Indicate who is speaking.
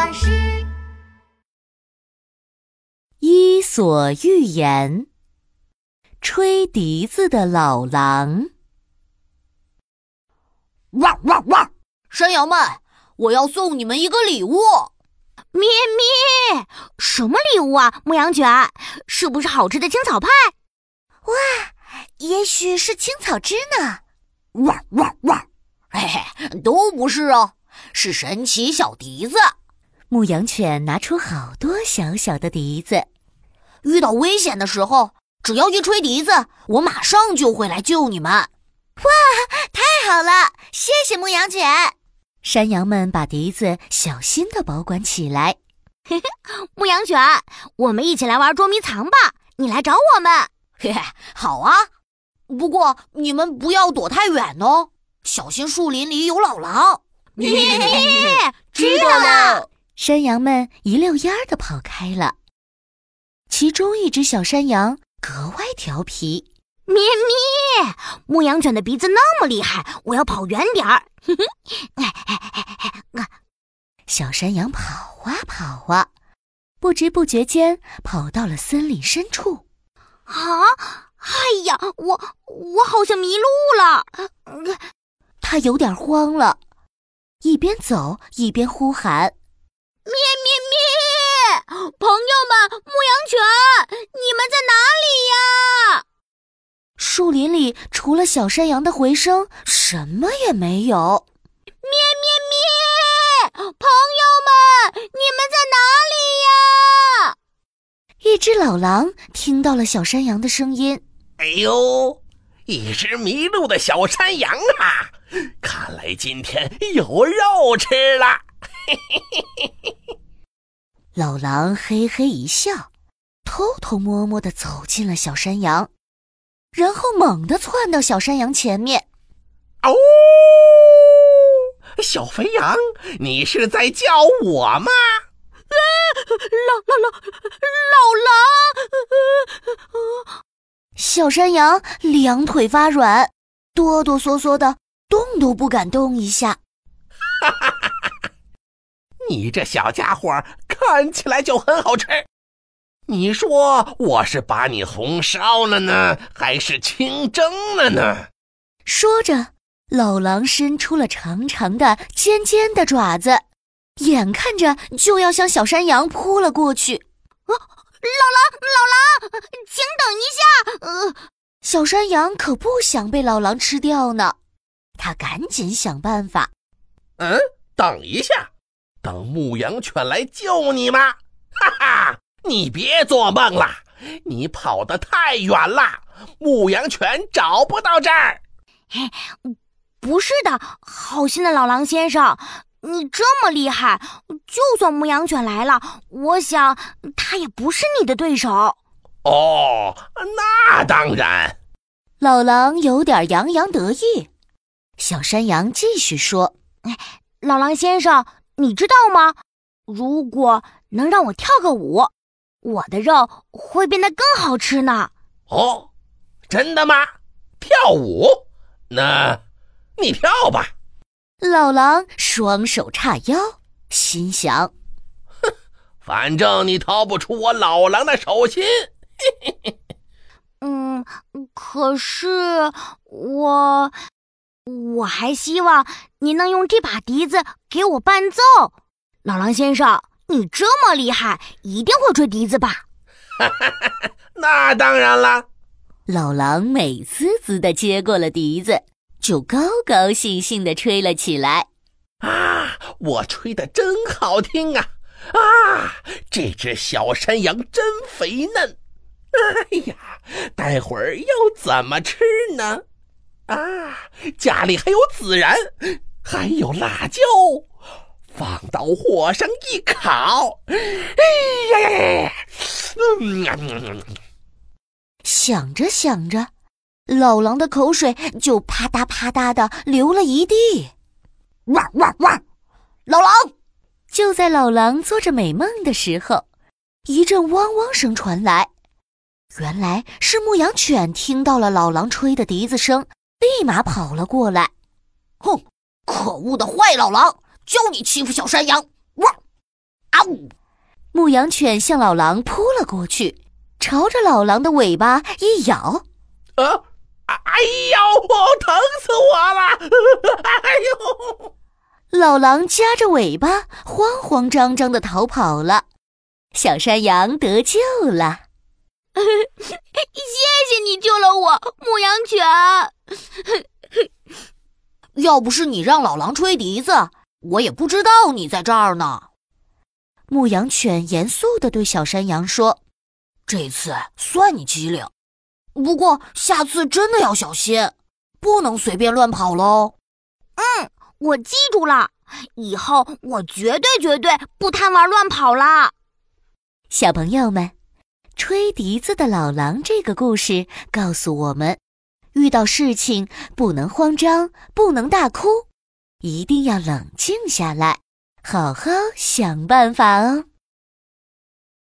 Speaker 1: 老师。
Speaker 2: 伊索寓言：吹笛子的老狼。
Speaker 3: 汪汪汪！山羊们，我要送你们一个礼物。
Speaker 1: 咩咩，什么礼物啊？牧羊犬，是不是好吃的青草派？
Speaker 4: 哇，也许是青草汁呢。
Speaker 3: 汪汪汪！嘿嘿，都不是哦，是神奇小笛子。
Speaker 2: 牧羊犬拿出好多小小的笛子，
Speaker 3: 遇到危险的时候，只要一吹笛子，我马上就会来救你们。
Speaker 4: 哇，太好了，谢谢牧羊犬。
Speaker 2: 山羊们把笛子小心地保管起来。
Speaker 1: 嘿嘿，牧羊犬，我们一起来玩捉迷藏吧，你来找我们。
Speaker 3: 嘿嘿，好啊，不过你们不要躲太远哦，小心树林里有老狼。
Speaker 1: 知道了。
Speaker 2: 山羊们一溜烟儿地跑开了。其中一只小山羊格外调皮。
Speaker 1: 咩咩，牧羊犬的鼻子那么厉害，我要跑远点儿。
Speaker 2: 小山羊跑啊跑啊，不知不觉间跑到了森林深处。
Speaker 1: 啊！哎呀，我好像迷路了。
Speaker 2: 他有点慌了，一边走一边呼喊：
Speaker 1: 咩咩咩！朋友们，牧羊犬，你们在哪里呀？
Speaker 2: 树林里除了小山羊的回声，什么也没有。
Speaker 1: 咩咩咩！朋友们，你们在哪里呀？
Speaker 2: 一只老狼听到了小山羊的声音。
Speaker 5: 哎呦，一只迷路的小山羊啊！看来今天有肉吃了。
Speaker 2: 老狼嘿嘿一笑，偷偷摸摸地走进了小山羊，然后猛地窜到小山羊前面。
Speaker 5: 哦，小肥羊，你是在叫我吗？
Speaker 1: 老狼！
Speaker 2: 小山羊两腿发软，哆哆嗦嗦的动都不敢动一下。
Speaker 5: 你这小家伙看起来就很好吃，你说我是把你红烧了呢，还是清蒸了呢？
Speaker 2: 说着，老狼伸出了长长的尖尖的爪子，眼看着就要向小山羊扑了过去。
Speaker 1: 老狼，请等一下！
Speaker 2: 小山羊可不想被老狼吃掉呢，他赶紧想办法。
Speaker 5: 等一下，等牧羊犬来救你吗？哈哈，你别做梦了，你跑得太远了，牧羊犬找不到这儿。
Speaker 1: 不是的，好心的老狼先生，你这么厉害，就算牧羊犬来了，我想他也不是你的对手。
Speaker 5: 哦，那当然。
Speaker 2: 老狼有点洋洋得意。小山羊继续说：
Speaker 1: 老狼先生，你知道吗？如果能让我跳个舞，我的肉会变得更好吃呢。
Speaker 5: 哦，真的吗？跳舞？那你跳吧。
Speaker 2: 老狼双手叉腰，心想：
Speaker 5: 反正你逃不出我老狼的手心。
Speaker 1: 可是我还希望你能用这把笛子给我伴奏。老狼先生，你这么厉害，一定会吹笛子吧？
Speaker 5: 那当然了。
Speaker 2: 老狼美滋滋地接过了笛子，就高高兴兴地吹了起来。
Speaker 5: 啊，我吹得真好听啊！这只小山羊真肥嫩。哎呀，待会儿要怎么吃呢？家里还有孜然，还有辣椒，放到火上一烤。哎呀！
Speaker 2: 想着想着，老狼的口水就啪嗒啪嗒地流了一地。
Speaker 3: 汪汪汪！老狼！
Speaker 2: 就在老狼做着美梦的时候，一阵汪汪声传来。原来是牧羊犬听到了老狼吹的笛子声，立马跑了过来。
Speaker 3: 哼，可恶的坏老狼，就你欺负小山羊！汪！ 啊呜！
Speaker 2: 牧羊犬向老狼扑了过去，朝着老狼的尾巴一咬。
Speaker 5: 哎呦，疼死我了！哎呦！
Speaker 2: 老狼夹着尾巴，慌慌张张地逃跑了。小山羊得救了。
Speaker 1: 谢谢你救了我，牧羊犬。
Speaker 3: 要不是你让老狼吹笛子，我也不知道你在这儿呢。
Speaker 2: 牧羊犬严肃地对小山羊说：“
Speaker 3: 这次算你机灵，不过下次真的要小心，不能随便乱跑喽。”
Speaker 1: 我记住了，以后我绝对不贪玩乱跑啦。
Speaker 2: 小朋友们，吹笛子的老狼这个故事告诉我们，遇到事情不能慌张，不能大哭，一定要冷静下来，好好想办法哦。